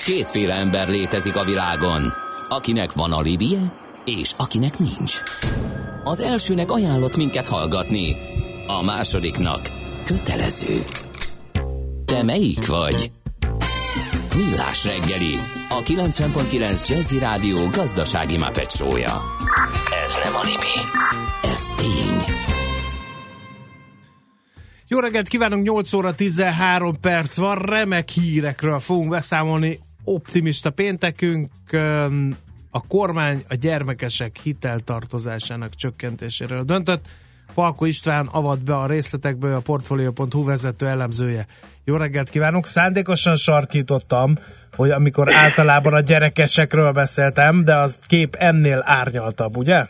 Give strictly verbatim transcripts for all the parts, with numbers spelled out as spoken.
Kétféle ember létezik a világon, akinek van alibije, és akinek nincs. Az elsőnek ajánlott minket hallgatni, a másodiknak kötelező. Te melyik vagy? Millás reggeli, a kilencven pont kilenc Jazzy Rádió gazdasági Muppet show-ja. Ez nem anime, ez tény. Jó reggelt kívánunk, nyolc óra tizenhárom perc van, remek hírekről fogunk beszámolni. Optimista péntekünk, a kormány a gyermekesek hiteltartozásának csökkentéséről döntött. Falko István avat be a részletekből, a Portfolio pont hu vezető elemzője. Jó reggelt kívánunk! Szándékosan sarkítottam, hogy amikor általában a gyerekesekről beszéltem, de az kép ennél árnyaltabb, ugye?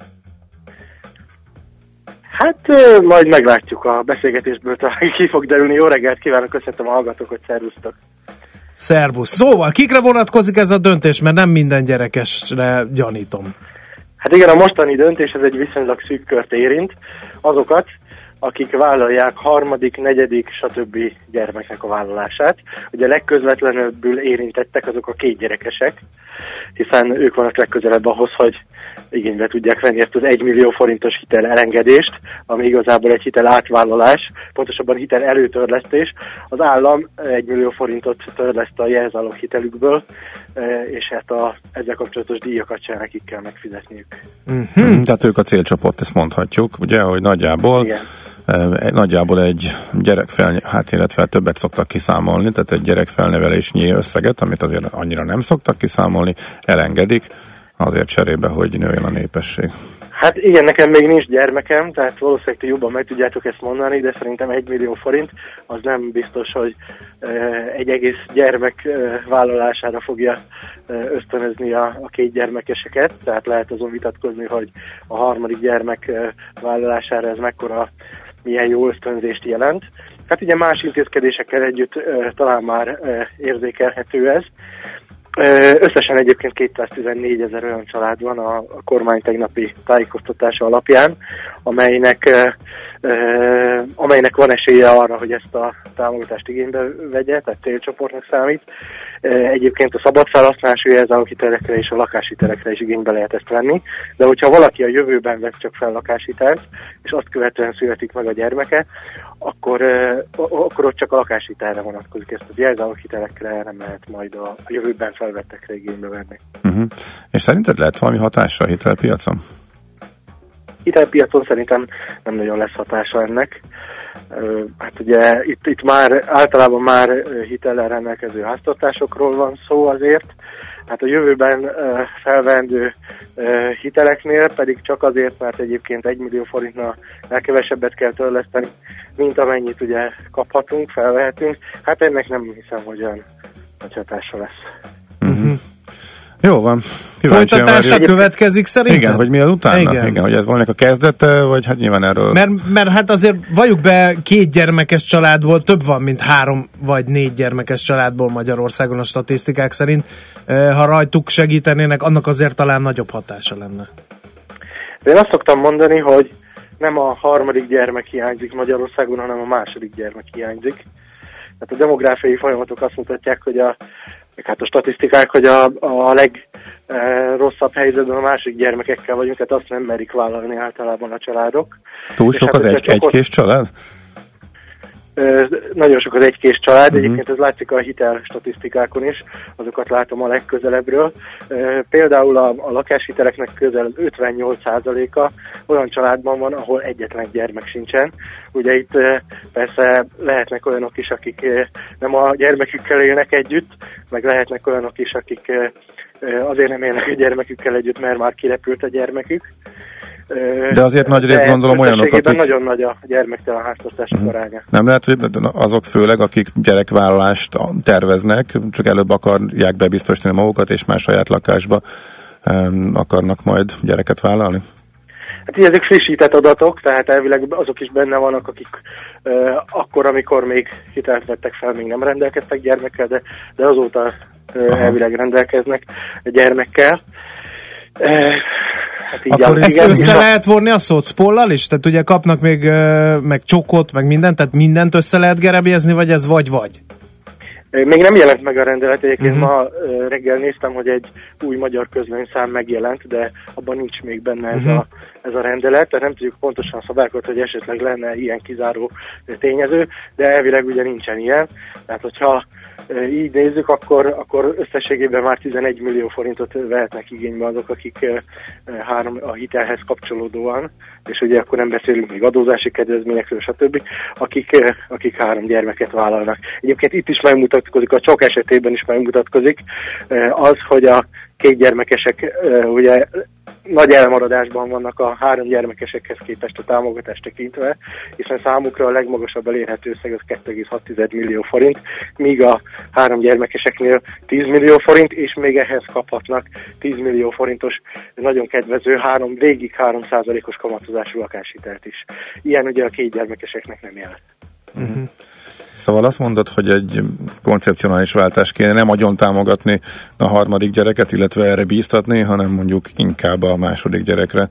Hát majd meglátjuk a beszélgetésből, ki fog derülni. Jó reggelt kívánok, köszöntöm a hallgatókat, szervusztok! Szervusz! Szóval kikre vonatkozik ez a döntés, mert nem minden gyerekesre gyanítom. Hát igen, a mostani döntés ez egy viszonylag szűk kört érint. Azokat, akik vállalják harmadik, negyedik, stb. Gyermeknek a vállalását. Ugye legközvetlenebbül érintettek azok a két gyerekesek, hiszen ők vannak legközelebb ahhoz, hogy igénybe tudják venni ezt az egymillió forintos hitel elengedést, ami igazából egy hitel átvállalás, pontosabban hitel előtörlesztés. Az állam egymillió forintot törleszt a jelzálog hitelükből, és hát a, ezzel kapcsolatos díjakat sem nekik kell megfizetniük. Mm-hmm. Tehát ők a célcsoport, ezt mondhatjuk, ugye, hogy nagyjából igen. Nagyjából egy gyerekfel, hát illetve többet szoktak kiszámolni, tehát egy gyerekfelnevelésnyi összeget, amit azért annyira nem szoktak kiszámolni, elengedik, azért cserébe, hogy nőjön a népesség. Hát igen, nekem még nincs gyermekem, tehát valószínűleg ti jobban meg tudjátok ezt mondani, de szerintem egy millió forint az nem biztos, hogy egy egész gyermek vállalására fogja ösztönözni a, a két gyermekeseket, tehát lehet azon vitatkozni, hogy a harmadik gyermek vállalására ez mekkora, milyen jó ösztönzést jelent. Hát ugye más intézkedésekkel együtt talán már érzékelhető ez. Összesen egyébként kétszáztizennégy ezer olyan család van a, a kormány tegnapi tájékoztatása alapján, amelynek, eh, amelynek van esélye arra, hogy ezt a támogatást igénybe vegye, tehát célcsoportnak számít. Eh, egyébként a szabad felhasználású jelzáloghitelekre és a lakáshitelekre is igénybe lehet ezt venni, de hogyha valaki a jövőben vesz csak fel lakáshitelt, és azt követően születik meg a gyermeke, akkor, eh, akkor ott csak a lakáshitelre vonatkozik, ezt a jelzáloghitelekre nem lehet majd a, a jövőben felvettekre igénybe venni. Uh-huh. És szerinted lehet valami hatása a hitelpiacon? Hitelpiacon szerintem nem nagyon lesz hatása ennek. Hát ugye itt, itt már általában már hitellel rendelkező háztartásokról van szó azért. Hát a jövőben felvendő hiteleknél pedig csak azért, mert egyébként egy millió forintnál kevesebbet kell törleszteni, mint amennyit ugye kaphatunk, felvehetünk. Hát ennek nem hiszem, hogy olyan nagy hatása lesz. Uh-huh. Jó van. Folytatása következik szerintem? Igen, hogy mi az utána? Igen. Igen, hogy ez valaminek a kezdete, vagy hát nyilván erről... Mert, mert hát azért valljuk be, két gyermekes családból több van, mint három vagy négy gyermekes családból Magyarországon a statisztikák szerint. Ha rajtuk segítenének, annak azért talán nagyobb hatása lenne. De én azt szoktam mondani, hogy nem a harmadik gyermek hiányzik Magyarországon, hanem a második gyermek hiányzik. Tehát a demográfiai folyamatok azt mutatják, hogy a hát a statisztikák, hogy a, a legrosszabb helyzetben a másik gyermekekkel vagyunk, tehát azt nem merik vállalni általában a családok. Túl sok hát az egy, egykés család? Ö, nagyon sok az egykés család, uh-huh. Egyébként ez látszik a hitel statisztikákon is, azokat látom a legközelebbről. Ö, például a, a lakáshiteleknek közel ötvennyolc százaléka olyan családban van, ahol egyetlen gyermek sincsen. Ugye itt persze lehetnek olyanok is, akik nem a gyermekükkel élnek együtt, meg lehetnek olyanok is, akik azért nem élnek a gyermekükkel együtt, mert már kirepült a gyermekük. De azért nagy rész gondolom olyanok, akik... nagyon nagy a gyermektelen háztartások uh-huh. aránya. Nem lehet, hogy azok főleg, akik gyerekvállalást terveznek, csak előbb akarják bebiztosítani magukat, és már saját lakásba um, akarnak majd gyereket vállalni? Hát így ezek frissített adatok, tehát elvileg azok is benne vannak, akik uh, akkor, amikor még hitelt vettek fel, még nem rendelkeztek gyermekkel, de, de azóta uh, elvileg rendelkeznek gyermekkel. Uh, hát így akkor ezt igen, össze igen. lehet vonni a szocpollal is? Tehát ugye kapnak még uh, meg csokot, meg mindent, tehát mindent össze lehet gerebjezni, vagy ez vagy-vagy? Még nem jelent meg a rendelet, egyébként uh-huh. ma reggel néztem, hogy egy új magyar közlönyszám megjelent, de abban nincs még benne ez, uh-huh. a, ez a rendelet, tehát nem tudjuk pontosan a szabályokat, hogy esetleg lenne ilyen kizáró tényező, de elvileg ugye nincsen ilyen, tehát hogyha így nézzük, akkor, akkor összességében már tizenegy millió forintot vehetnek igénybe azok, akik három a hitelhez kapcsolódóan, és ugye akkor nem beszélünk még adózási kedvezményekről, stb., akik, akik három gyermeket vállalnak. Egyébként itt is megmutatkozik, a csok esetében is megmutatkozik az, hogy a két gyermekesek ugye nagy elmaradásban vannak a három gyermekesekhez képest a támogatást tekintve, hiszen számukra a legmagasabb elérhető összeg az két egész hat millió forint, míg a három gyermekeseknél tíz millió forint, és még ehhez kaphatnak tíz millió forintos nagyon kedvező három, végig három százalékos kamatozású lakáshitelt is. Ilyen ugye a két gyermekeseknek nem jel. Uh-huh. Szóval azt mondod, hogy egy koncepcionális váltás kéne, nem agyon támogatni a harmadik gyereket, illetve erre bíztatni, hanem mondjuk inkább a második gyerekre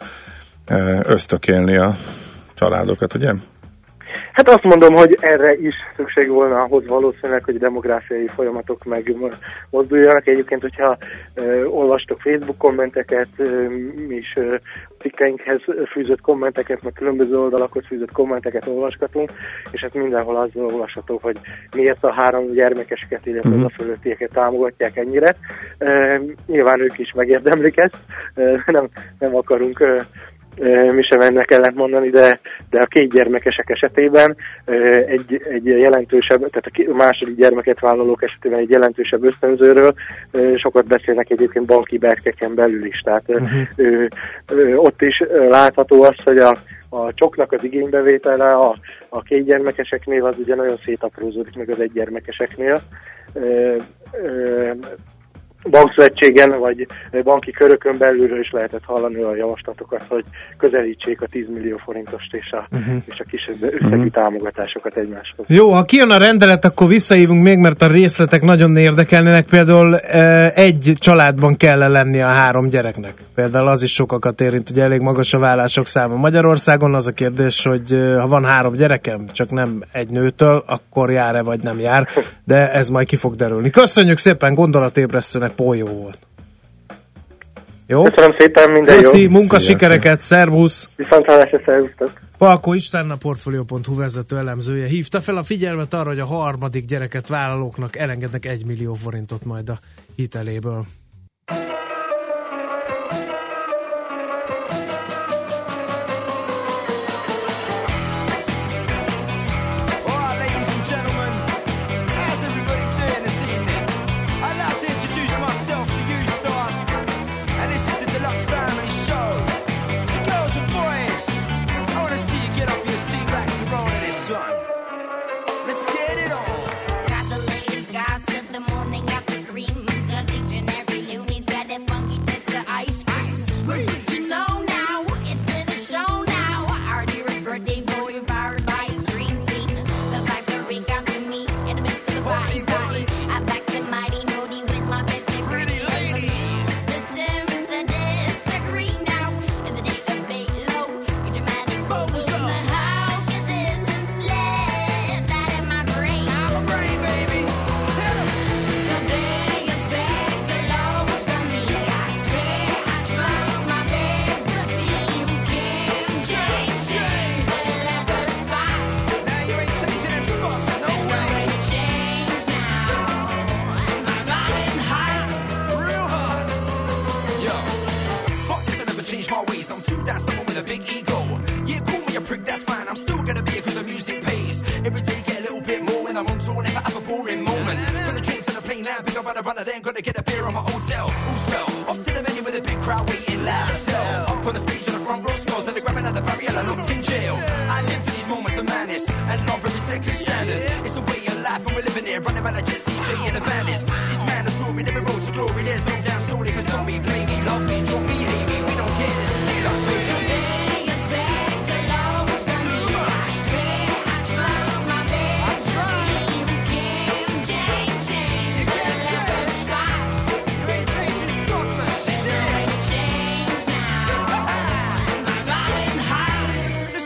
ösztökélni a családokat, ugye? Hát azt mondom, hogy erre is szükség volna ahhoz valószínűleg, hogy demográfiai folyamatok megmozduljanak. Egyébként, hogyha ö, olvastok Facebook kommenteket, ö, mi is ö, cikkeinkhez fűzött kommenteket, meg különböző oldalakhoz fűzött kommenteket olvasgatunk, és hát mindenhol az olvasható, hogy miért a három gyermekeseket, illetve uh-huh. az a fölöttieket támogatják ennyire. Ö, nyilván ők is megérdemlik ezt, ö, nem, nem akarunk ö, mi sem ennek ellent mondani, de, de a két gyermekesek esetében egy, egy jelentősebb, tehát a második gyermeket vállalók esetében egy jelentősebb ösztönzőről sokat beszélnek egyébként banki berkeken belül is. Tehát uh-huh. ö, ö, ott is látható az, hogy a, a csoknak az igénybevétele a, a két gyermekeseknél az ugye nagyon szétaprózódik meg az egy gyermekeseknél. Ö, ö, bankszövetségen vagy banki körökön belülről is lehetett hallani a javaslatokat, hogy közelítsék a tíz millió forintost és a, uh-huh. és a kisebb összegű uh-huh. támogatásokat egymáshoz. Jó, ha kijön a rendelet, akkor visszahívunk még, mert a részletek nagyon érdekelnének. Például egy családban kell lennie a három gyereknek. Például az is sokakat érint, hogy elég magas a vállások száma Magyarországon. Az a kérdés, hogy ha van három gyerekem, csak nem egy nőtől, akkor jár-e vagy nem jár, de ez majd ki fog derülni. Köszönjük szépen, gondolatébresztőnek Pólyó volt. Jó? Köszönöm szépen, minden jó. Köszi, munkasikereket, szervusz! Viszontlátásra, szervusztok! Palkó István, a Portfolio pont hu vezető elemzője hívta fel a figyelmet arra, hogy a harmadik gyereket vállalóknak elengednek egy millió forintot majd a hiteléből.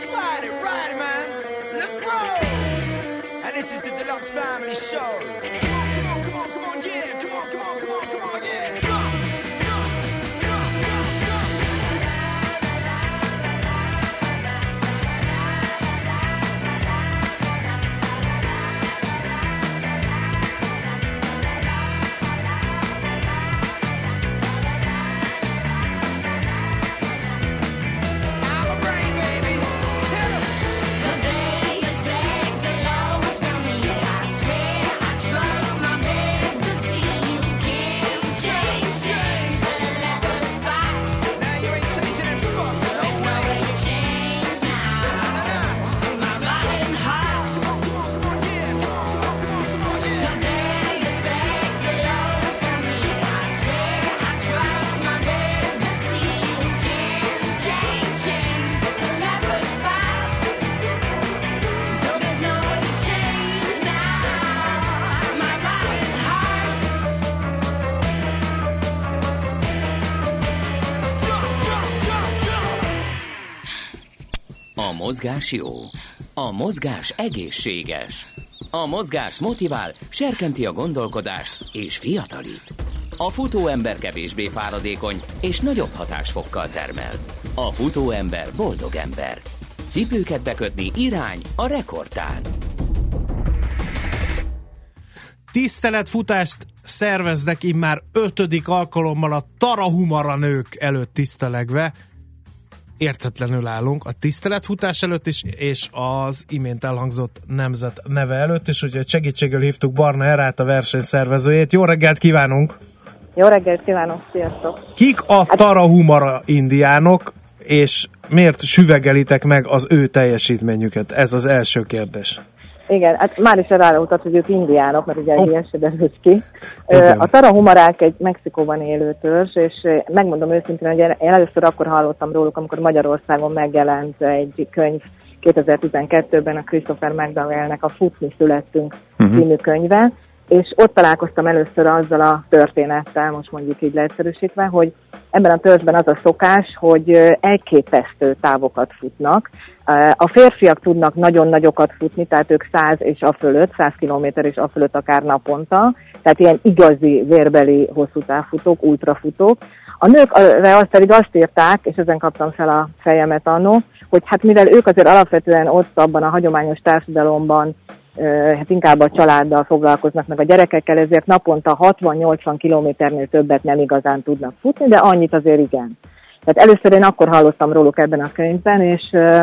This is the Deluxe Family Show. mozgás jó, a mozgás egészséges, a mozgás motivál, serkenti a gondolkodást és fiatalít. A futóember kevésbé fáradékony és nagyobb hatásfokkal termel. A futóember boldog ember. Cipőket bekötni irány a rekordtán. Tiszteletfutást szerveznek immár ötödik alkalommal a Tarahumara nők előtt tisztelegve. Értetlenül állunk a tiszteletfutás előtt is, és az imént elhangzott nemzet neve előtt is, úgyhogy segítséggel hívtuk Barna Erát, a versenyszervezőjét. Jó reggelt kívánunk! Jó reggelt kívánok, sziasztok! Kik a Tarahumara indiánok, és miért süvegelitek meg az ő teljesítményüket? Ez az első kérdés. Igen, hát már is ráutat, hogy ők indiánok, mert ugye egy oh. ilyen se derült ki. Igen. A tarahumarák egy Mexikóban élő törzs, és megmondom őszintén, hogy én először akkor hallottam róluk, amikor Magyarországon megjelent egy könyv kétezer-tizenkettőben a Christopher McDowellnek a Futni születtünk uh-huh. című könyve, és ott találkoztam először azzal a történettel, most mondjuk így leegyszerűsítve, hogy ebben a törzsben az a szokás, hogy elképesztő távokat futnak. A férfiak tudnak nagyon nagyokat futni, tehát ők száz és a fölött, száz kilométer és a fölött akár naponta, tehát ilyen igazi vérbeli hosszú távfutók, ultrafutók. A nőkre azt pedig azt írták, és ezen kaptam fel a fejemet annó, hogy hát mivel ők azért alapvetően ott abban a hagyományos társadalomban hát inkább a családdal foglalkoznak, meg a gyerekekkel, ezért naponta hatvan-nyolcvan kilométernél többet nem igazán tudnak futni, de annyit azért igen. Tehát először én akkor hallottam róluk ebben a könyvben, és uh,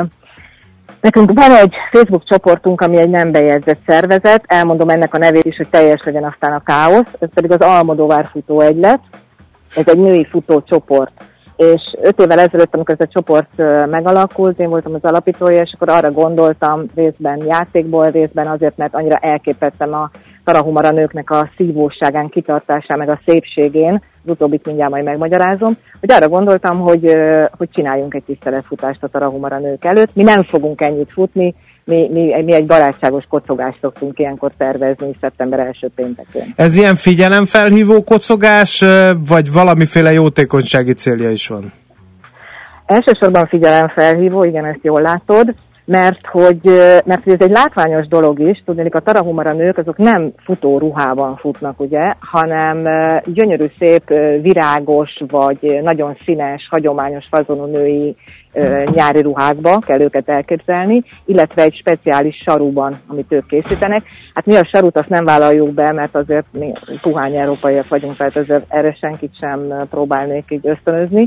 nekünk van egy Facebook csoportunk, ami egy nem bejegyzett szervezet, elmondom ennek a nevét is, hogy teljes legyen aztán a káosz, ez pedig az Almodóvár Futóegylet, ez egy női futócsoport. És öt évvel ezelőtt, amikor ez a csoport megalakult, én voltam az alapítója, és akkor arra gondoltam részben játékból, részben azért, mert annyira elképettem a Tarahumara nőknek a szívóságán, kitartásán, meg a szépségén, az utóbbit mindjárt majd megmagyarázom, hogy arra gondoltam, hogy, hogy csináljunk egy tiszteletfutást a Tarahumara nők előtt. Mi nem fogunk ennyit futni, mi, mi, mi egy barátságos kocogást szoktunk ilyenkor tervezni szeptember első péntekén. Ez ilyen figyelemfelhívó kocogás, vagy valamiféle jótékonysági célja is van? Elsősorban figyelemfelhívó, igen, ezt jól látod, mert hogy, mert hogy ez egy látványos dolog is, tudnék, a Tarahumara nők azok nem futóruhában futnak, ugye, hanem gyönyörű, szép, virágos, vagy nagyon színes, hagyományos fazonú női nyári ruhákba kell őket elképzelni, illetve egy speciális saruban, amit ők készítenek. Hát mi a sarut azt nem vállaljuk be, mert azért mi puhány európaiak vagyunk, tehát ezért erre senkit sem próbálnék így ösztönözni,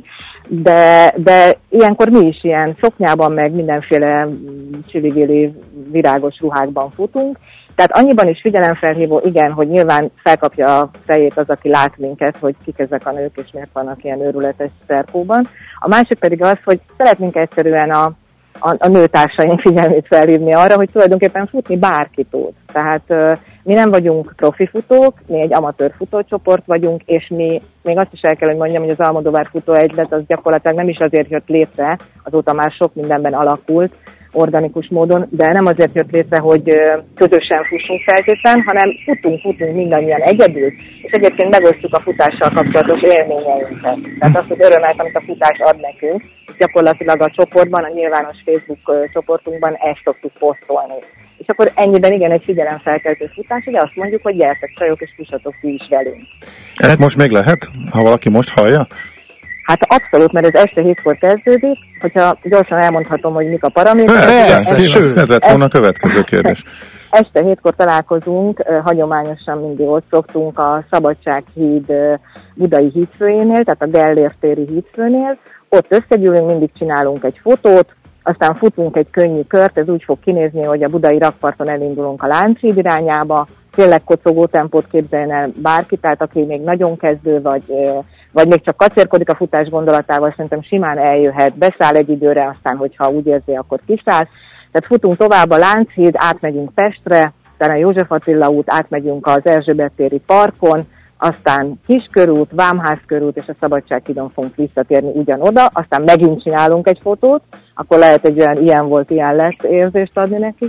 de, de ilyenkor mi is ilyen szoknyában, meg mindenféle csili-vili virágos ruhákban futunk. Tehát annyiban is figyelemfelhívó, igen, hogy nyilván felkapja a fejét az, aki lát minket, hogy kik ezek a nők, és miért vannak ilyen őrületes szerkóban. A másik pedig az, hogy szeretnénk egyszerűen a, a, a nőtársaink figyelmét felhívni arra, hogy tulajdonképpen futni bárki tud. Tehát uh, mi nem vagyunk profi futók, mi egy amatőr futócsoport vagyunk, és mi még azt is el kell, hogy mondjam, hogy az Almodóvár Futóegylet az gyakorlatilag nem is azért jött létre, azóta már sok mindenben alakult, organikus módon, de nem azért jött létre, hogy közösen fussunk feltétlen, hanem futunk, futunk mindannyian egyedül, és egyébként megosztjuk a futással kapcsolatos élményeinket. Tehát azt, hogy örömelt, amit a futás ad nekünk, és gyakorlatilag a csoportban, a nyilvános Facebook csoportunkban ezt szoktuk posztolni. És akkor ennyiben igen, egy figyelemfelkeltő futás, hogy azt mondjuk, hogy gyertek csajok, és fussatok ti is velünk. Ezt most még lehet, ha valaki most hallja? Hát abszolút, mert ez este hétkor kezdődik, hogyha gyorsan elmondhatom, hogy mik a paraméterek. Persze, ez lett volna a következő kérdés. Este hétkor találkozunk, hagyományosan mindig ott szoktunk a Szabadsághíd budai hídfőjénél, tehát a Gellért téri hídfőnél. Ott összegyűlünk, mindig csinálunk egy fotót, aztán futunk egy könnyű kört, ez úgy fog kinézni, hogy a budai rakparton elindulunk a Lánchíd irányába, tényleg kocogó tempót képzeljen el bárki, tehát aki még nagyon kezdő, vagy, vagy még csak kacérkodik a futás gondolatával, szerintem simán eljöhet, beszáll egy időre, aztán, hogyha úgy érzi, akkor kiszáll. Tehát futunk tovább a Lánchíd, átmegyünk Pestre, utána a József Attila út, átmegyünk az Erzsébet téri parkon, aztán Kiskörút, Vámház körút és a Szabadsághídon fogunk visszatérni ugyanoda, aztán megint csinálunk egy fotót, akkor lehet egy olyan ilyen volt, ilyen lesz érzést adni neki,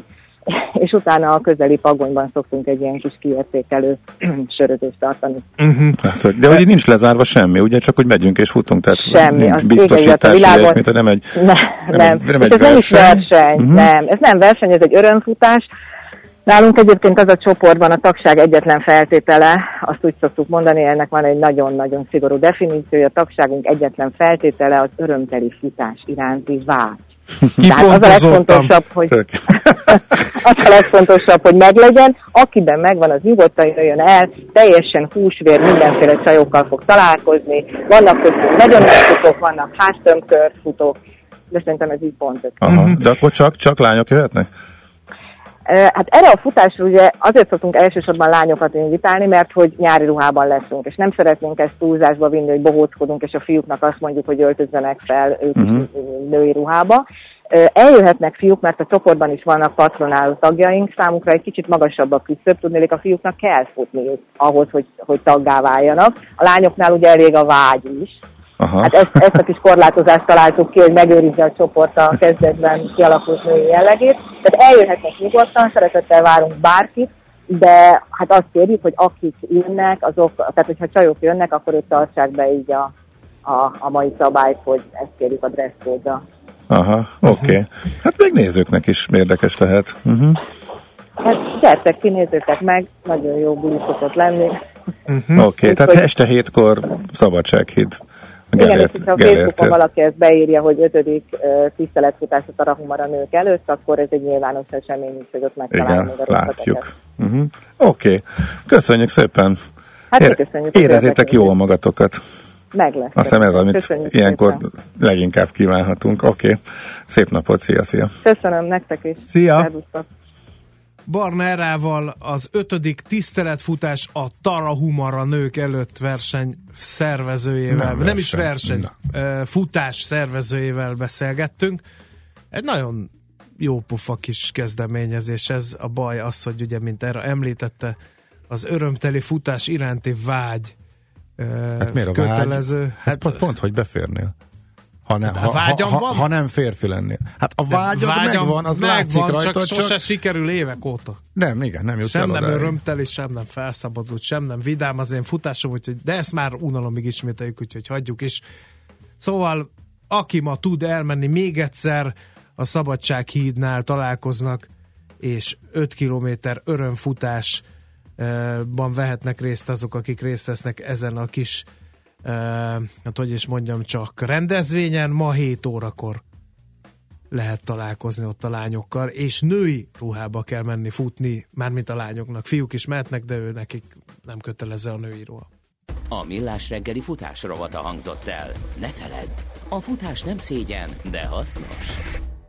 és utána a közeli Pagonyban szoktunk egy ilyen kis kiértékelő sörözést tartani. Uh-huh. Hát, de hogy nincs lezárva semmi, ugye? Csak hogy megyünk és futunk, tehát semmi, nincs biztosítás, ilyesmi, tehát nem egy... Ne, nem, nem, nem egy ez nem is verseny, uh-huh. nem, ez nem verseny, ez egy örömfutás. Nálunk egyébként az a csoportban a tagság egyetlen feltétele, azt úgy szoktuk mondani, ennek van egy nagyon-nagyon szigorú definíciója, a tagságunk egyetlen feltétele az örömteli futás iránti vágy. Tehát az a legfontosabb, hogy az a legfontosabb, hogy meglegyen, akiben megvan, az nyugodtan jöjjön el, teljesen húsvér, mindenféle csajokkal fog találkozni, vannak köztünk nagyon nagy futók, vannak háztömkör futók, de szerintem ez így pont. Aha, de akkor csak, csak lányok jöhetnek? Hát erre a futásra ugye azért szoktunk elsősorban lányokat invitálni, mert hogy nyári ruhában leszünk, és nem szeretnénk ezt túlzásba vinni, hogy bohóckodunk, és a fiúknak azt mondjuk, hogy öltözzenek fel ők uh-huh. női ruhába. Eljöhetnek fiúk, mert a csoportban is vannak patronáló tagjaink, számukra egy kicsit magasabb a küszöb, tudnélik a fiúknak kell futniuk ahhoz, hogy, hogy taggá váljanak. A lányoknál ugye elég a vágy is. Aha. Hát ezt, ezt a kis korlátozást találtuk ki, hogy megőrizze a csoport a kezdetben kialakult női jellegét. Tehát eljöhetnek nyugodtan, szeretettel várunk bárkit, de hát azt kérjük, hogy akik jönnek, azok, tehát hogyha csajok jönnek, akkor ők tartsák be így a, a, a mai szabályt, hogy ezt kérjük a dresscode-ra. Aha, oké. Okay. Hát még nézőknek is érdekes lehet. Uh-huh. Hát gyertek ki, nézzétek meg, nagyon jó buli szokott lenni. Uh-huh. Oké, okay, tehát hogy... este hétkor Szabadsághíd. Igen, és ha a Facebookon valaki ezt beírja, hogy ötödik uh, tiszteletfutás a Tarahumar a nők előtt, akkor ez egy nyilvános esemény is, hogy ott megtalálni. Igen, látjuk. Uh-huh. Oké, okay. Köszönjük szépen. Hát Ér- köszönjük. Érezzétek jól magatokat. Meg lesz. Azt hiszem ez, amit köszönjük ilyenkor szépen. Leginkább kívánhatunk. Oké, okay. Szép napot, szia, szia. Köszönöm nektek is. Szia. Szervusztok. Barna Erával az ötödik tiszteletfutás a Tarahumar a nők előtt verseny szervezőjével, nem, nem verseny. is verseny, Na. futás szervezőjével beszélgettünk. Egy nagyon jó pufa kis kezdeményezés ez. A baj az, hogy ugye, mint erre említette, az örömteli futás iránti vágy hát miért kötelező. A vágy? Hát pont, pont, hogy beférnél. Ha, ne, ha, ha, ha, ha nem férfi lennél. Hát a vágyad megvan, az megvan, látszik rajta. Csak sose csak... sikerül évek óta. Nem, igen, nem jut Sem nem örömteli, sem nem felszabadult, sem nem vidám az én futásom, úgyhogy, de ezt már unalomig ismételjük, úgyhogy hagyjuk is. Szóval, aki ma tud elmenni még egyszer, a Szabadsághídnál találkoznak, és öt kilométer örömfutásban vehetnek részt azok, akik részt vesznek ezen a kis Uh, hát hogy is mondjam, csak rendezvényen. Ma hét órakor lehet találkozni ott a lányokkal, és női ruhába kell menni futni, mármint a lányoknak. Fiúk is mehetnek, de ő nekik nem kötelező a női ruha. A Millás reggeli futás rovata hangzott el. Ne feledd, a futás nem szégyen, de hasznos.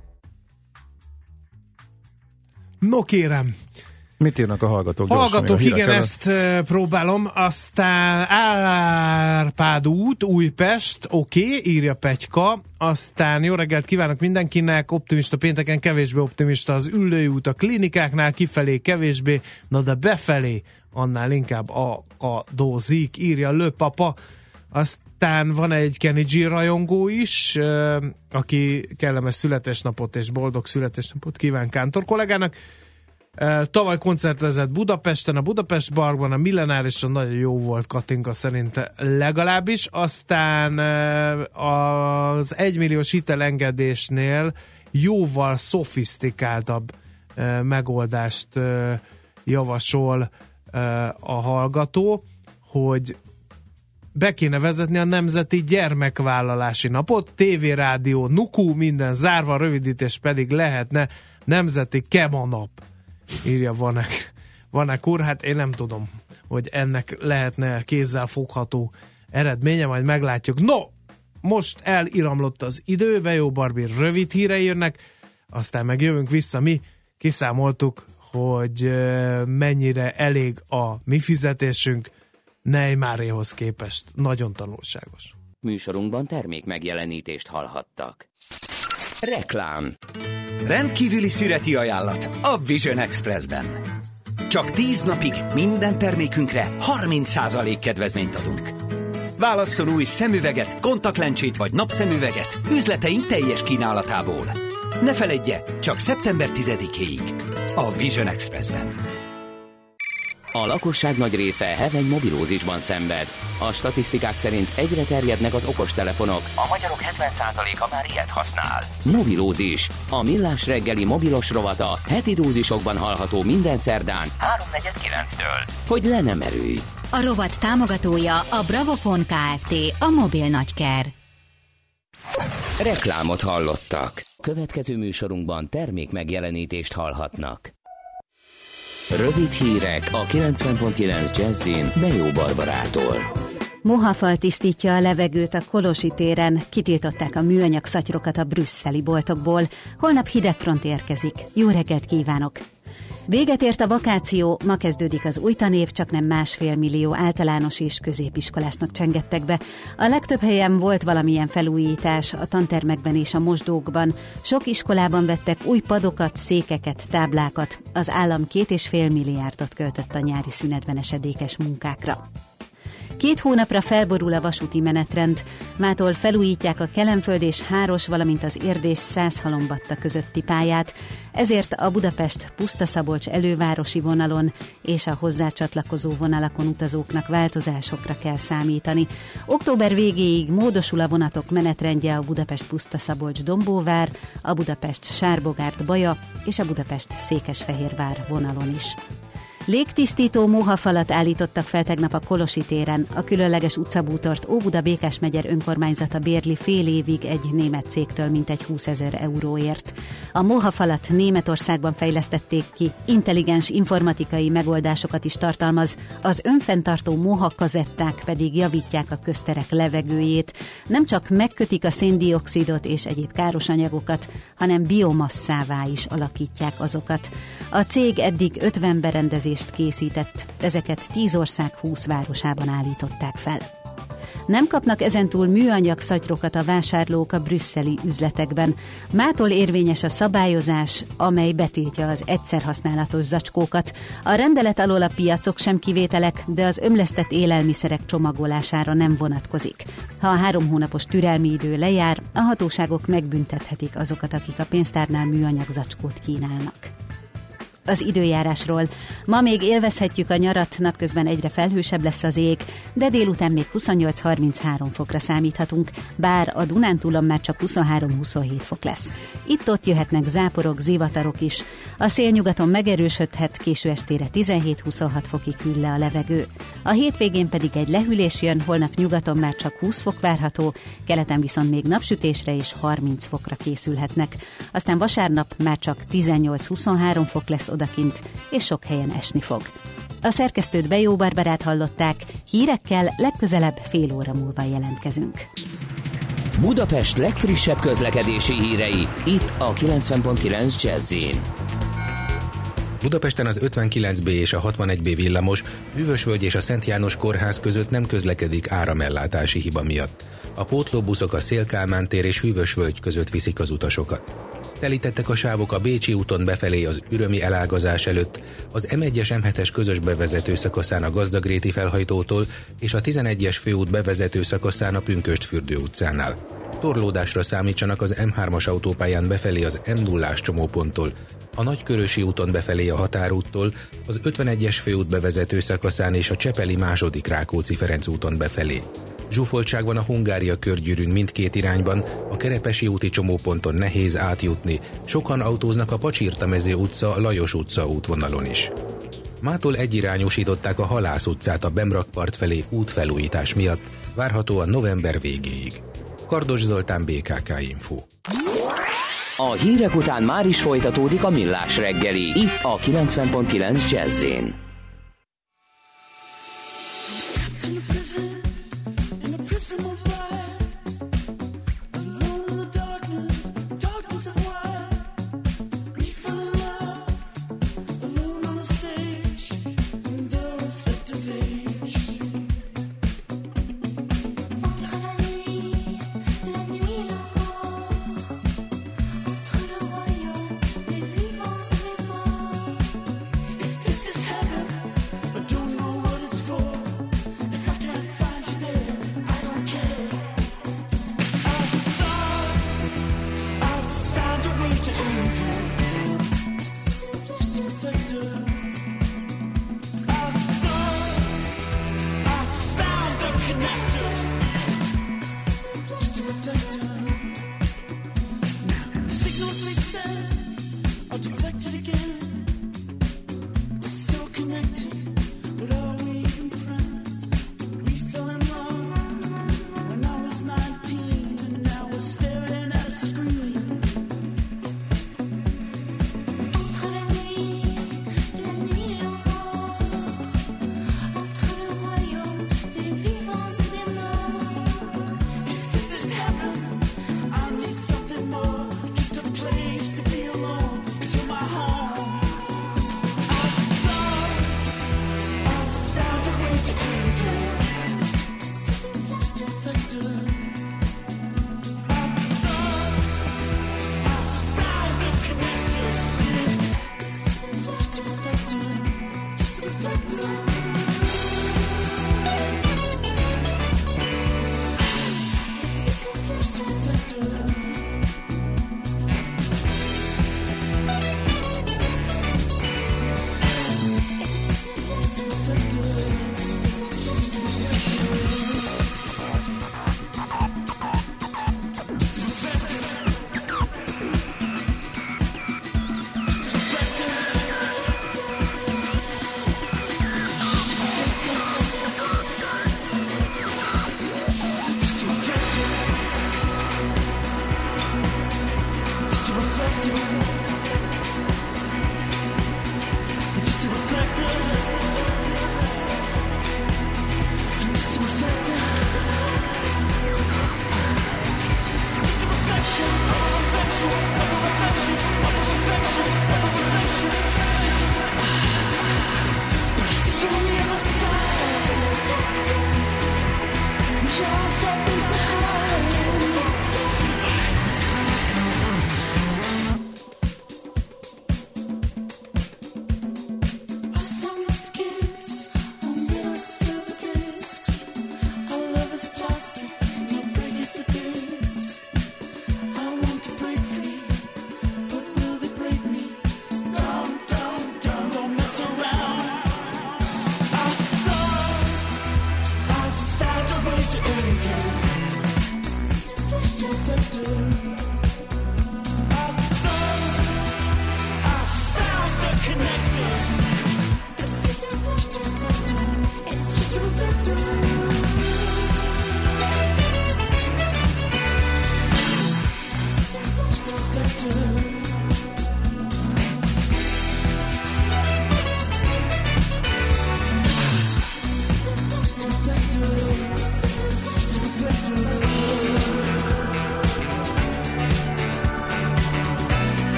No kérem, mit írnak a hallgatók? Hallgatók, igen, előtt? Ezt uh, próbálom. Aztán Árpád út, Újpest, oké, okay, írja Petyka. Aztán jó reggelt kívánok mindenkinek, optimista pénteken, kevésbé optimista az Üllői út a klinikáknál, kifelé kevésbé, na de befelé annál inkább akadózik, írja Lőpapa. Aztán van egy Kenny G rajongó is, uh, aki kellemes születésnapot és boldog születésnapot kíván Kántor kollégának. Tavaly koncertezett Budapesten, a Budapest Barban, a Millenárison nagyon jó volt Katinka szerint legalábbis. Aztán az egymilliós hitelengedésnél jóval szofisztikáltabb megoldást javasol a hallgató, hogy be kéne vezetni a Nemzeti Gyermekvállalási Napot, tévé, rádió, nukú, minden zárva, rövidítés pedig lehetne Nemzeti Kemanap. Írja Vanek, Vanek úr, hát én nem tudom, hogy ennek lehetne kézzel fogható eredménye, majd meglátjuk. No, most eliramlott az idő, Vejó Barbi rövid hírei jönnek, aztán meg jövünk vissza, mi kiszámoltuk, hogy mennyire elég a mi fizetésünk Neymaréhoz képest. Nagyon tanulságos. Műsorunkban termék megjelenítést hallhattak. Reklám. Rendkívüli szüreti ajánlat a Vision Expressben. Csak tíz napig minden termékünkre harminc százalék kedvezményt adunk. Válasszon új szemüveget, kontaktlencsét vagy napszemüveget üzleteink teljes kínálatából. Ne feledje, csak szeptember tizedikéig. a Vision Expressben. A lakosság nagy része heveny mobilózisban szenved. A statisztikák szerint egyre terjednek az okostelefonok. A magyarok hetven százaléka már ilyet használ. Mobilózis. A Millás reggeli mobilos rovata heti dózisokban hallható minden szerdán háromnegyed kilenctől. Hogy le nem erőj. A rovat támogatója a Bravofon Kft. A mobil nagyker. Reklámot hallottak. Következő műsorunkban termék megjelenítést hallhatnak. Rövid hírek a kilencven pont kilenc Jazzin Bejó Barbarától. Mohafal tisztítja a levegőt a Kolosi téren, kitiltották a műanyag szatyrokat a brüsszeli boltokból. Holnap hidegfront érkezik. Jó reggelt kívánok! Véget ért a vakáció, ma kezdődik az új tanév, csak nem másfél millió általános és középiskolásnak csengettek be. A legtöbb helyen volt valamilyen felújítás, a tantermekben és a mosdókban. Sok iskolában vettek új padokat, székeket, táblákat. Az állam két és fél milliárdot költött a nyári szünetben esedékes munkákra. Két hónapra felborul a vasúti menetrend. Mától felújítják a Kelenföld és Háros, valamint az Érdés Szászhalombatta közötti pályát, ezért a Budapest-Pusztaszabolcs elővárosi vonalon és a hozzá csatlakozó vonalakon utazóknak változásokra kell számítani. Október végéig módosul a vonatok menetrendje a Budapest-Pusztaszabolcs-Dombóvár, a Budapest-Sárbogárd-Baja és a Budapest-Székesfehérvár vonalon is. Légtisztító mohafalat állítottak fel tegnap a Kolosi téren. A különleges utcabútort Óbuda Békás megyer önkormányzata bérli fél évig egy német cégtől mintegy húszezer euróért. A mohafalat Németországban fejlesztették ki, intelligens informatikai megoldásokat is tartalmaz, az önfenntartó mohakazetták pedig javítják a közterek levegőjét. Nem csak megkötik a széndioxidot és egyéb káros anyagokat, hanem biomasszává is alakítják azokat. A cég eddig ötven berendezést készített, ezeket tíz ország húsz városában állították fel. Nem kapnak ezentúl műanyag szatyrokat a vásárlók a brüsszeli üzletekben. Mától érvényes a szabályozás, amely betiltja az egyszerhasználatos zacskókat. A rendelet alól a piacok sem kivételek, de az ömlesztett élelmiszerek csomagolására nem vonatkozik. Ha a három hónapos türelmi idő lejár, a hatóságok megbüntethetik azokat, akik a pénztárnál műanyag zacskót kínálnak. Az időjárásról. Ma még élvezhetjük a nyarat, napközben egyre felhősebb lesz az ég, de délután még huszonnyolc-harminchárom fokra számíthatunk, bár a Dunántúlon már csak huszonhárom-huszonhét fok lesz. Itt-ott jöhetnek záporok, zivatarok is. A szélnyugaton megerősödhet, késő estére tizenhét-huszonhat fokig hűl le a levegő. A hétvégén pedig egy lehűlés jön, holnap nyugaton már csak húsz fok várható, keleten viszont még napsütésre és harminc fokra készülhetnek. Aztán vasárnap már csak tizennyolc-huszonhárom fok lesz odakint, és sok helyen esni fog. A szerkesztőt Bejó Barbarát hallották, hírekkel legközelebb fél óra múlva jelentkezünk. Budapest legfrissebb közlekedési hírei, itt a kilencven pont kilenc Jazz-in. Budapesten az ötvenkilenc bé és a hatvanegy bé villamos Hűvösvölgy és a Szent János Kórház között nem közlekedik áramellátási hiba miatt. A pótlóbuszok a Széll-Kálmán tér és Hűvösvölgy között viszik az utasokat. Telítettek a sávok a Bécsi úton befelé az ürömi elágazás előtt, az em egyes em hetes közös bevezető szakaszán a Gazdagréti felhajtótól és a tizenegyes főút bevezető szakaszán a Pünkösdfürdő utcánál. Torlódásra számítsanak az em hármas autópályán befelé az em nullás csomóponttól, a Nagykörösi úton befelé a Határúttól, az ötvenegyes főút bevezető szakaszán és a Csepeli második Rákóczi-Ferenc úton befelé. Zsúfoltság van a Hungária körgyűrűn mindkét irányban, a Kerepesi úti csomóponton nehéz átjutni, sokan autóznak a Pacsirtamező utca, Lajos utca útvonalon is. Mától egyirányosították a Halász utcát a Bemrakpart felé útfelújítás miatt, várhatóan november végéig. Kardos Zoltán, bé ká ká Info. A hírek után már is folytatódik a Millás reggeli, itt a kilencven pont kilenc Jazz-in. This is heaven.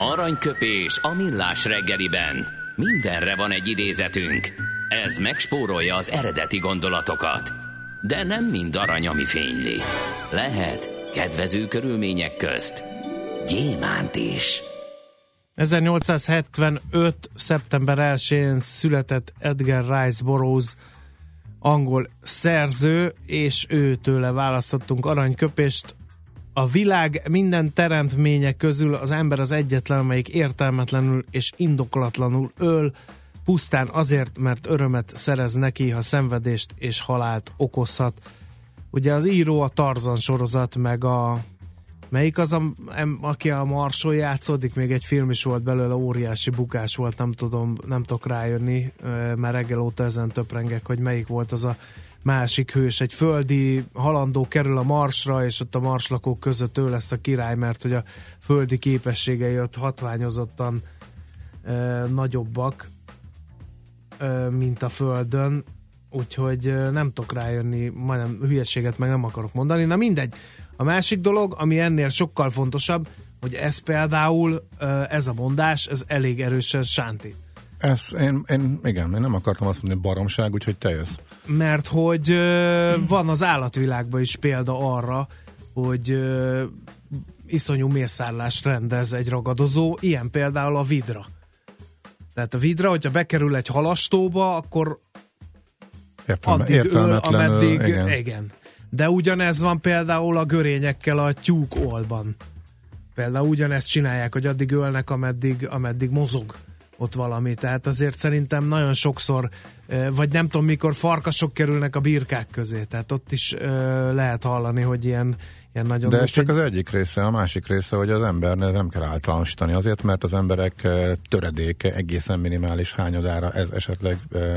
Aranyköpés a millás reggeliben. Mindenre van egy idézetünk. Ez megspórolja az eredeti gondolatokat. De nem mind arany, ami fényli. Lehet kedvező körülmények közt gyémánt is. ezernyolcszázhetvenöt. szeptember elsején született Edgar Rice Burroughs, angol szerző, és őtőle választottunk aranyköpést. A világ minden teremtménye közül az ember az egyetlen, amelyik értelmetlenül és indokolatlanul öl, pusztán azért, mert örömet szerez neki, ha szenvedést és halált okozhat. Ugye az író a Tarzan sorozat, meg a melyik az, a, aki a Marson játszódik, még egy film is volt belőle, óriási bukás volt, nem tudom, nem tudok rájönni, már reggel óta ezen töprengek, hogy melyik volt az a másik hős. Egy földi halandó kerül a Marsra, és ott a marslakók között ő lesz a király, mert hogy a földi képességei ott hatványozottan e, nagyobbak, e, mint a Földön, úgyhogy e, nem tudok rájönni, majdnem hülyeséget meg nem akarok mondani. Na mindegy. A másik dolog, ami ennél sokkal fontosabb, hogy ez például, e, ez a mondás, ez elég erősen sánti. Ez, én, én, igen, én nem akartam azt mondani, baromság, úgyhogy te jössz. Mert hogy ö, van az állatvilágban is példa arra, hogy ö, iszonyú mészárlást rendez egy ragadozó, ilyen például a vidra. Tehát a vidra, hogyha bekerül egy halastóba, akkor Értelme, addig öl, ameddig, igen. igen. De ugyanez van például a görényekkel a tyúkolban. Például ugyanezt csinálják, hogy addig ölnek, ameddig, ameddig mozog ott valami, tehát azért szerintem nagyon sokszor, vagy nem tudom mikor farkasok kerülnek a birkák közé, tehát ott is lehet hallani, hogy ilyen, ilyen nagyon... De ez csak az egyik része, a másik része, hogy az ember nem kell általánosítani azért, mert az emberek töredéke egészen minimális hányadára ez esetleg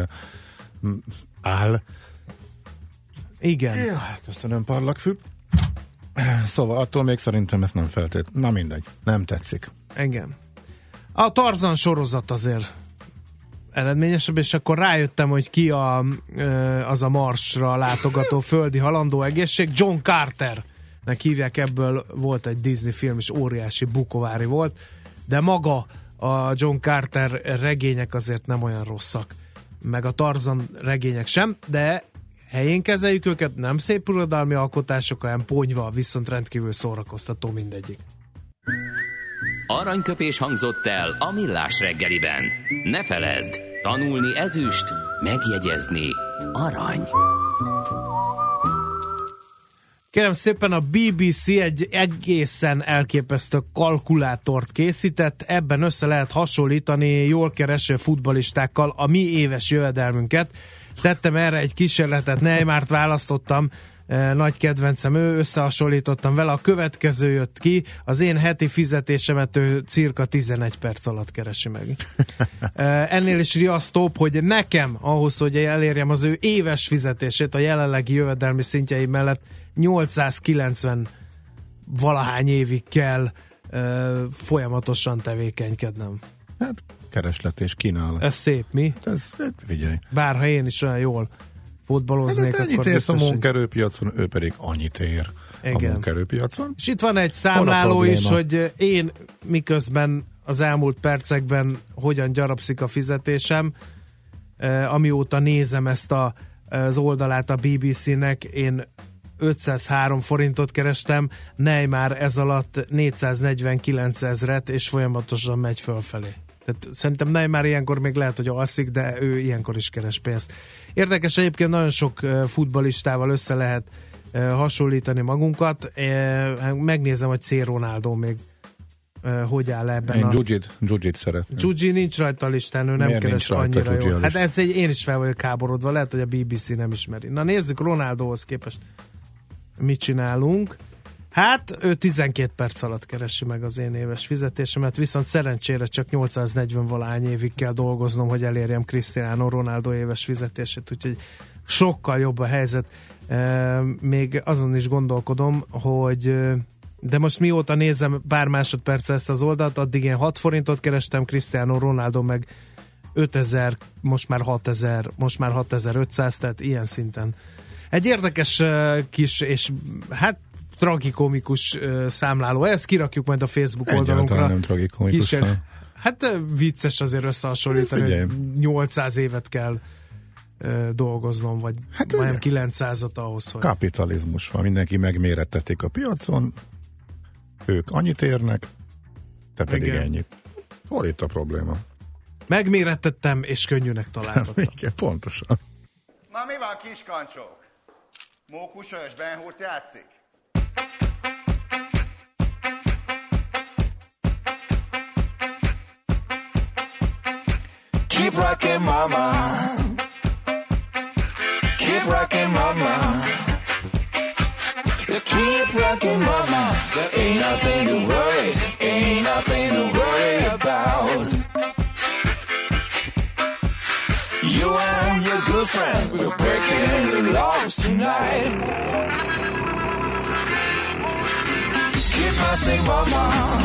áll. Igen. Köszönöm, parlagfű. Szóval attól még szerintem ez nem feltét. Na mindegy, nem tetszik. Igen. A Tarzan sorozat azért eredményesebb, és akkor rájöttem, hogy ki a, az a Marsra látogató földi halandó egészség. John Carternek hívják, ebből volt egy Disney film, és óriási bukovári volt, de maga a John Carter regények azért nem olyan rosszak, meg a Tarzan regények sem, de helyén kezeljük őket, nem szép urodalmi alkotások, olyan ponyva, viszont rendkívül szórakoztató mindegyik. Aranyköpés hangzott el a millás reggeliben. Ne feledd, tanulni ezüst, megjegyezni arany. Kérem szépen, a bé bé cé egy egészen elképesztő kalkulátort készített, ebben össze lehet hasonlítani jól kereső futballistákkal a mi éves jövedelmünket. Tettem erre egy kísérletet, Neymart választottam, nagy kedvencem, ő, összehasonlítottam vele, a következő jött ki, az én heti fizetésemet ő cirka tizenegy perc alatt keresi meg. Ennél is riasztóbb, hogy nekem, ahhoz, hogy elérjem az ő éves fizetését a jelenlegi jövedelmi szintjei mellett, nyolcszázkilencven valahány évig kell uh, folyamatosan tevékenykednem. Hát kereslet és kínálat. Ez szép, mi? Ez, figyelj. Bárha én is olyan jól fotbaloznék, hát akkor érsz biztos, a munkaerőpiacon, ő pedig annyit ér. Igen. A munkaerőpiacon. És itt van egy számláló is, hogy én miközben az elmúlt percekben hogyan gyarapszik a fizetésem, amióta nézem ezt a, az oldalát a bé bé cének, én ötszázhárom forintot kerestem, Neymar ez alatt négyszáznegyvenkilenc ezret, és folyamatosan megy fölfelé. Tehát szerintem Neymar ilyenkor még lehet, hogy alszik, de ő ilyenkor is keres pénzt. Érdekes, egyébként nagyon sok futballistával össze lehet hasonlítani magunkat. Megnézem, hogy C. Ronaldo még hogy áll ebben. Én a... Gyugit, Gyugit szeretném. Gyugyi nincs rajta a listán, ő nem Miért keres annyira jól. Hát ez egy, én is fel vagyok háborodva, lehet, hogy a bé bé cé nem ismeri. Na nézzük Ronaldohoz képest mit csinálunk. Hát ő tizenkét perc alatt keresi meg az én éves fizetésemet, viszont szerencsére csak nyolcszáznegyven valahány évig kell dolgoznom, hogy elérjem Cristiano Ronaldo éves fizetését, úgyhogy sokkal jobb a helyzet. E, még azon is gondolkodom, hogy de most mióta nézem pár másodperc ezt az oldalt, addig én hat forintot kerestem, Cristiano Ronaldo meg ötezer, most már hatezer, most már hatezer-ötszáz, tehát ilyen szinten. Egy érdekes kis, és hát tragikomikus uh, számláló. Ezt kirakjuk majd a Facebook Egyáltalán oldalunkra. nem tragikomikus. Kísér... Hát vicces azért összehasonlítani, Figyelj. hogy nyolcszáz évet kell uh, dolgoznom, vagy hát majdnem kilencszázat ahhoz, hogy... Kapitalizmus van, mindenki megmérettetik a piacon, ők annyit érnek, te pedig Igen. ennyit. Hol itt a probléma? Megmérettettem, és könnyűnek találtam. Igen, pontosan. Na mi van, kiskancsók? Mókusös Ben Hurt játszik? Keep rocking, mama. Keep rocking, mama. Keep rocking, mama. There ain't nothing to worry, ain't nothing to worry about. You and your good friend, we're breaking the laws tonight. Keep messing, mama.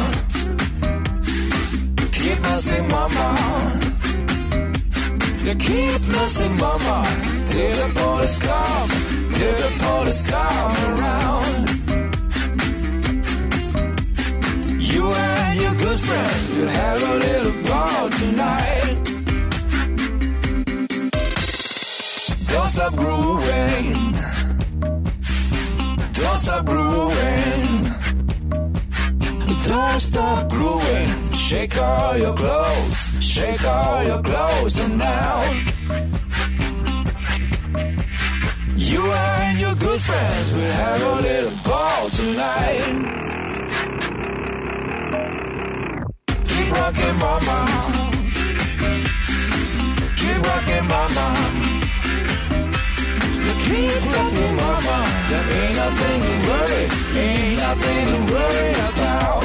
Keep messing, mama. You keep messing, mama. Till the police come, till the police come around. You and your good friend will have a little ball tonight. Don't stop grooving. Don't stop grooving. Don't stop grooving. Shake all your clothes. Shake all your clothes and now. You and your good friends will have a little ball tonight. Keep rocking, mama. Keep rocking, mama. Keep rocking, mama. There ain't nothing to worry, ain't nothing to worry about.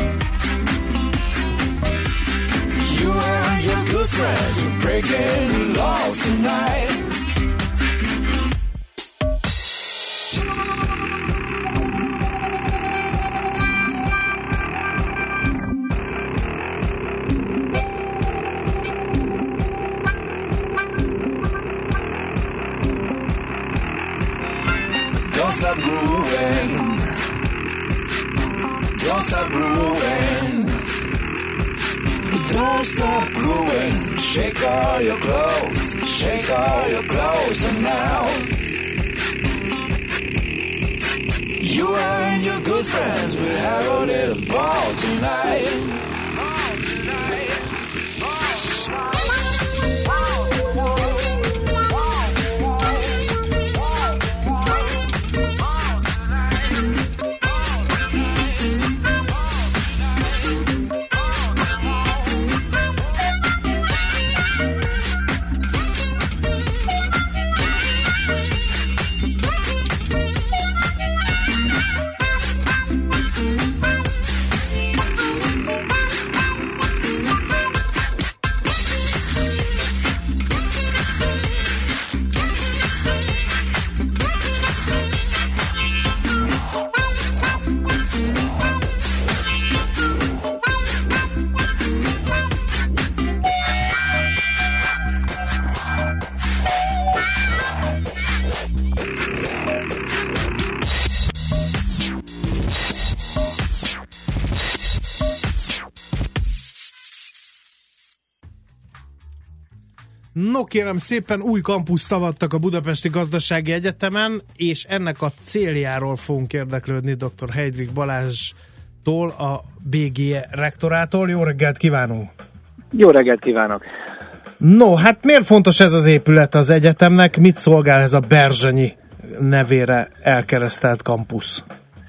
You and your good friends are breaking the laws tonight. Don't stop grooving. Don't stop grooving. Don't stop grooving. Shake all your clothes. Shake all your clothes and now. You and your good friends will have a little ball tonight. No kérem szépen, új kampuszt avattak a Budapesti Gazdasági Egyetemen, és ennek a céljáról fogunk érdeklődni dr. Heydrich Balázstól, a bé gé e rektorától. Jó reggelt kívánunk! Jó reggelt kívánok! No, hát miért fontos ez az épület az egyetemnek? Mit szolgál ez a Berzsenyi nevére elkeresztelt kampusz?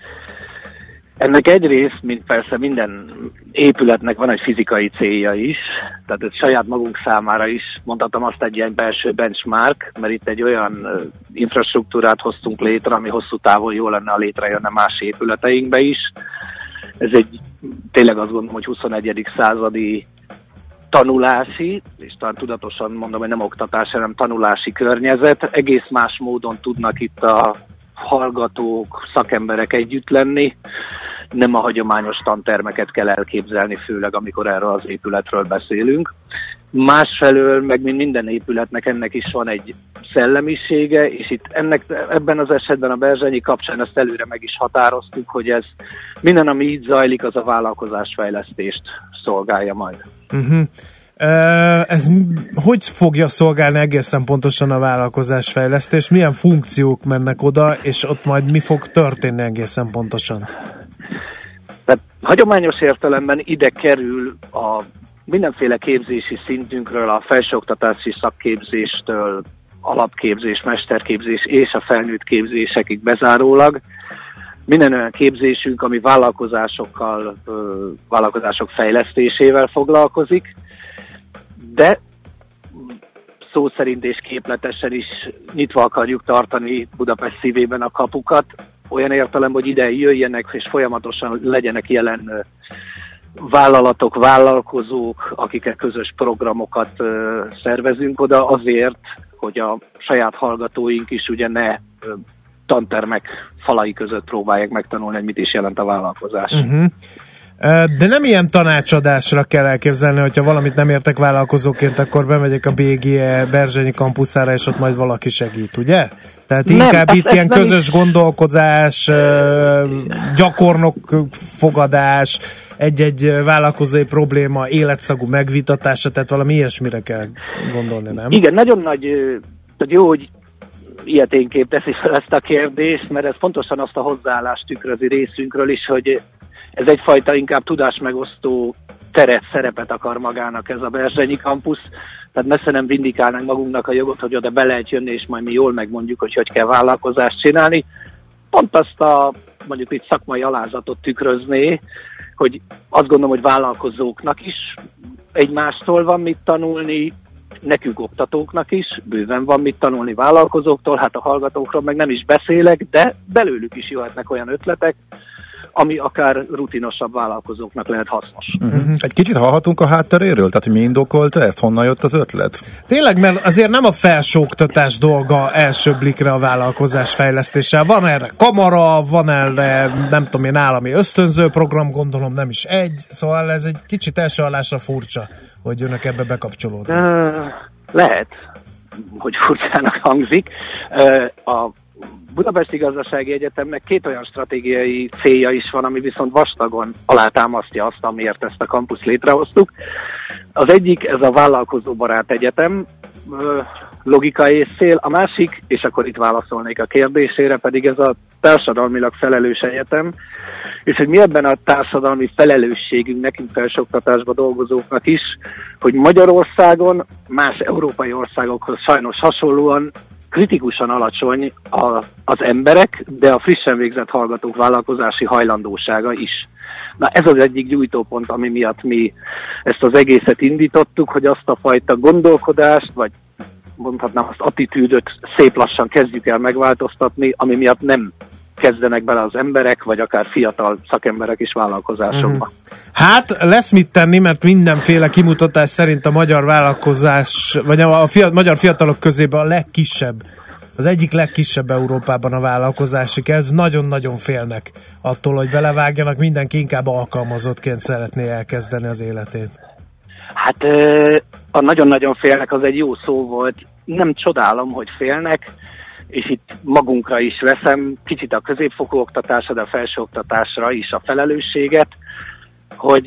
Ennek egyrészt, mint persze minden épületnek van egy fizikai célja is, tehát ez saját magunk számára is mondhatom azt egy ilyen belső benchmark, mert itt egy olyan uh, infrastruktúrát hoztunk létre, ami hosszú távon jó lenne, ha létrejönne más épületeinkbe is. Ez egy tényleg azt gondolom, hogy huszonegyedik századi tanulási, és talán tudatosan mondom, hogy nem oktatás, hanem tanulási környezet. Egész más módon tudnak itt a hallgatók, szakemberek együtt lenni. Nem a hagyományos tantermeket kell elképzelni, főleg amikor erről az épületről beszélünk. Másfelől, meg mint minden épületnek, ennek is van egy szellemisége, és itt ennek, ebben az esetben a Berzsenyi kapcsán ezt előre meg is határoztuk, hogy ez minden, ami így zajlik, az a vállalkozásfejlesztést szolgálja majd. Uh-huh. Ez hogy fogja szolgálni egészen pontosan a vállalkozásfejlesztés? Milyen funkciók mennek oda, és ott majd mi fog történni egészen pontosan? Tehát hagyományos értelemben ide kerül a mindenféle képzési szintünkről, a felsőoktatási szakképzéstől, alapképzés, mesterképzés és a felnőtt képzésekig bezárólag minden olyan képzésünk, ami vállalkozásokkal, vállalkozások fejlesztésével foglalkozik, de szó szerint és képletesen is nyitva akarjuk tartani Budapest szívében a kapukat, olyan értelemben, hogy ide jöjjenek és folyamatosan legyenek jelen vállalatok, vállalkozók, akikkel közös programokat szervezünk oda azért, hogy a saját hallgatóink is ugye ne tantermek falai között próbálják megtanulni, hogy mit is jelent a vállalkozás. Uh-huh. De nem ilyen tanácsadásra kell elképzelni, hogyha valamit nem értek vállalkozóként, akkor bemegyek a bé gé e Berzsenyi kampuszára, és ott majd valaki segít, ugye? Tehát nem, inkább ezt, itt ezt ilyen közös is gondolkodás, gyakornok fogadás, egy-egy vállalkozói probléma életszagú megvitatása, tehát valami ilyesmire kell gondolni, nem? Igen, nagyon nagy, jó, hogy ilyeténképp teszi fel ezt a kérdést, mert ez pontosan azt a hozzáállást tükrözi részünkről is, hogy ez egyfajta inkább tudásmegosztó teret, szerepet akar magának ez a Berzsenyi kampusz, tehát messze nem vindikálnánk magunknak a jogot, hogy oda be lehet jönni, és majd mi jól megmondjuk, hogy hogy kell vállalkozást csinálni. Pont azt a mondjuk itt szakmai alázatot tükrözné, hogy azt gondolom, hogy vállalkozóknak is egymástól van mit tanulni, nekünk oktatóknak is, bőven van mit tanulni vállalkozóktól, hát a hallgatókról meg nem is beszélek, de belőlük is jöhetnek olyan ötletek, ami akár rutinosabb vállalkozóknak lehet hasznos. Uh-huh. Egy kicsit hallhatunk a hátteréről? Tehát, hogy mi indokolta ezt? Honnan jött az ötlet? Tényleg, mert azért nem a felsőoktatás dolga első blikre a vállalkozás fejlesztéssel. Van erre kamara, van erre, nem tudom én, állami ösztönző program, gondolom nem is egy, szóval ez egy kicsit első hallásra furcsa, hogy önök ebbe bekapcsolódnak. Uh, lehet, hogy furcsának hangzik. Uh, a Budapesti Gazdasági Egyetemnek két olyan stratégiai célja is van, ami viszont vastagon alátámasztja azt, amiért ezt a kampuszt létrehoztuk. Az egyik, ez a vállalkozóbarát egyetem, logika és cél, a másik, és akkor itt válaszolnék a kérdésére, pedig ez a társadalmilag felelős egyetem, és hogy mi ebben a társadalmi felelősségünk nekünk felsőoktatásban dolgozóknak is, hogy Magyarországon más európai országokhoz sajnos hasonlóan kritikusan alacsony a, az emberek, de a frissen végzett hallgatók vállalkozási hajlandósága is. Na ez az egyik gyújtópont, ami miatt mi ezt az egészet indítottuk, hogy azt a fajta gondolkodást, vagy mondhatnám azt attitűdöt szép lassan kezdjük el megváltoztatni, ami miatt nem kezdenek bele az emberek, vagy akár fiatal szakemberek is vállalkozásokba. Hát lesz mit tenni, mert mindenféle kimutatás szerint a magyar vállalkozás, vagy a fiat, magyar fiatalok közében a legkisebb, az egyik legkisebb Európában a vállalkozási kezd. Nagyon-nagyon félnek attól, hogy belevágjanak, mindenki inkább alkalmazottként szeretné elkezdeni az életét. Hát a nagyon-nagyon félnek az egy jó szó volt. Nem csodálom, hogy félnek, és itt magunkra is veszem, kicsit a középfokú oktatásra, de a felsőoktatásra is a felelősséget, hogy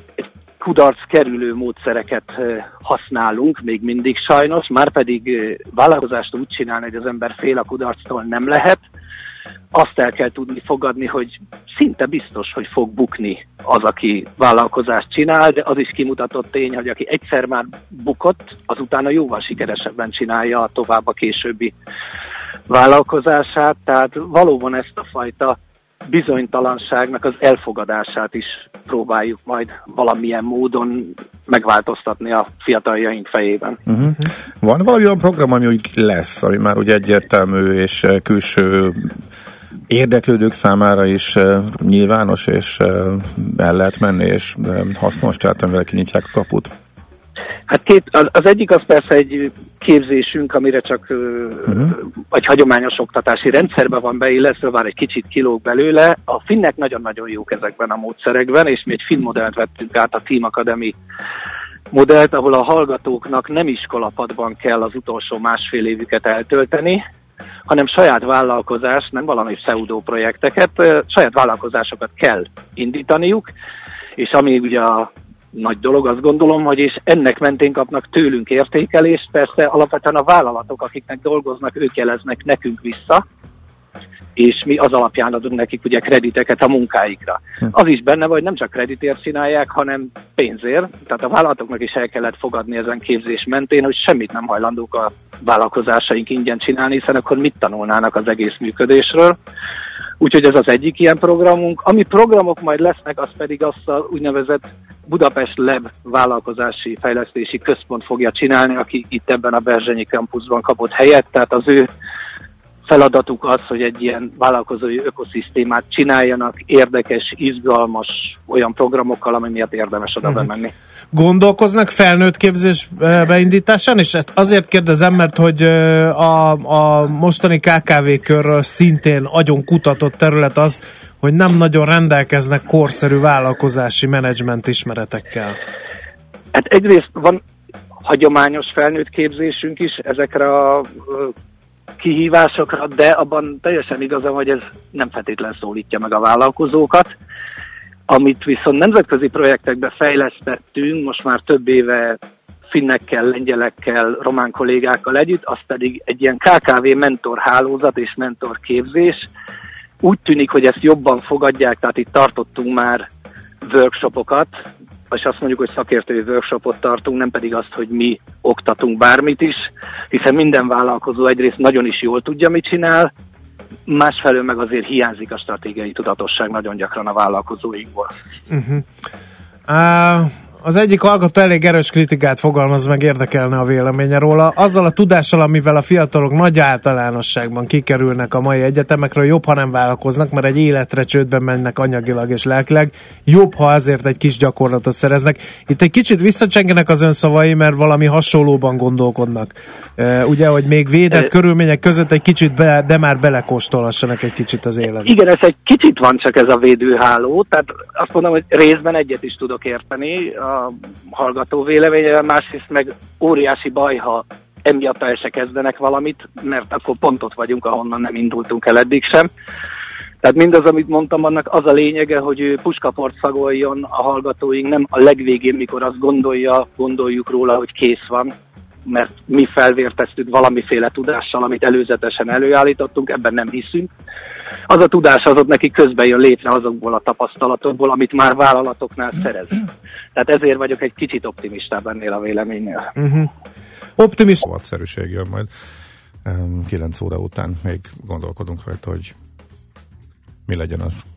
kudarc kerülő módszereket használunk, még mindig sajnos, márpedig vállalkozást úgy csinálni, hogy az ember fél a kudarctól nem lehet. Azt el kell tudni fogadni, hogy szinte biztos, hogy fog bukni az, aki vállalkozást csinál, de az is kimutatott tény, hogy aki egyszer már bukott, az utána jóval sikeresebben csinálja tovább a későbbi vállalkozását, tehát valóban ezt a fajta bizonytalanságnak az elfogadását is próbáljuk majd valamilyen módon megváltoztatni a fiataljaink fejében. Uh-huh. Van valami olyan program, ami úgy lesz, ami már úgy egyértelmű és külső érdeklődők számára is nyilvános, és el lehet menni, és hasznos, tehát amivel kinyitják a kaput? Hát két, az, az egyik az persze egy képzésünk, amire csak uh-huh. egy hagyományos oktatási rendszerben van beillesztve, bár egy kicsit kilóg belőle. A finnek nagyon-nagyon jók ezekben a módszerekben, és mi egy finn modellt vettünk át a Team Academy modellt, ahol a hallgatóknak nem iskolapadban kell az utolsó másfél évüket eltölteni, hanem saját vállalkozás, nem valami pseudo projekteket, saját vállalkozásokat kell indítaniuk, és ami ugye a nagy dolog, azt gondolom, hogy és ennek mentén kapnak tőlünk értékelést, persze alapvetően a vállalatok, akiknek dolgoznak, ők jeleznek nekünk vissza, és mi az alapján adunk nekik ugye krediteket a munkáikra. Az is benne vagy, nem csak kreditért csinálják, hanem pénzért, tehát a vállalatoknak is el kellett fogadni ezen képzés mentén, hogy semmit nem hajlandók a vállalkozásaink ingyen csinálni, hiszen akkor mit tanulnának az egész működésről. Úgyhogy ez az egyik ilyen programunk. Ami programok majd lesznek, az pedig azt a úgynevezett Budapest Lab vállalkozási fejlesztési központ fogja csinálni, aki itt ebben a Berzsenyi kampuszban kapott helyet, tehát az ő feladatuk az, hogy egy ilyen vállalkozói ökoszisztémát csináljanak, érdekes, izgalmas olyan programokkal, ami miatt érdemes oda bemenni. Gondolkoznak felnőtt képzés beindításán, és azért kérdezem, mert hogy a, a mostani ká ká vé körről szintén agyon kutatott terület az, hogy nem nagyon rendelkeznek korszerű vállalkozási menedzsment ismeretekkel. Hát egyrészt van hagyományos felnőtt képzésünk is ezekre a kihívásokra, de abban teljesen igazam, hogy ez nem feltétlen szólítja meg a vállalkozókat. Amit viszont nemzetközi projektekbe fejlesztettünk, most már több éve finnekkel, lengyelekkel, román kollégákkal együtt, az pedig egy ilyen ká ká vé mentorhálózat és mentorképzés. Úgy tűnik, hogy ezt jobban fogadják, tehát itt tartottunk már workshopokat, és azt mondjuk, hogy szakértői workshopot tartunk, nem pedig azt, hogy mi oktatunk bármit is, hiszen minden vállalkozó egyrészt nagyon is jól tudja, mit csinál, másfelől meg azért hiányzik a stratégiai tudatosság nagyon gyakran a vállalkozóinkból. Uh-huh. Uh, az egyik hallgató elég erős kritikát fogalmaz meg, érdekelne a véleménye róla. Azzal a tudással, amivel a fiatalok nagy általánosságban kikerülnek a mai egyetemekről, jobb, ha nem vállalkoznak, mert egy életre csődben mennek anyagilag és lelkileg. Jobb, ha azért egy kis gyakorlatot szereznek. Itt egy kicsit visszacsengenek az ön szavai, mert valami hasonlóban gondolkodnak. E, ugye, hogy még védett e, körülmények között egy kicsit, be, de már belekóstolhassanak egy kicsit az életbe. Igen, ez egy kicsit van csak ez a védőháló, tehát azt mondom, hogy részben egyet is tudok érteni a hallgató véleménye, másrészt meg óriási baj, ha emiatt el se kezdenek valamit, mert akkor pont ott vagyunk, ahonnan nem indultunk el eddig sem. Tehát mindaz, amit mondtam, annak az a lényege, hogy ő puskaport szagoljon a hallgatóink, nem a legvégén, mikor azt gondolja, gondoljuk róla, hogy kész van, mert mi felvérteztük valamiféle tudással, amit előzetesen előállítottunk, ebben nem hiszünk. Az a tudás az ott neki közben jön létre azokból a tapasztalatokból, amit már vállalatoknál szerez. Tehát ezért vagyok egy kicsit optimistább ennél a véleménynél. Uh-huh. Optimist. Szabadszerűség jön majd. kilenc óra után még gondolkodunk rajta, hogy mi legyen az.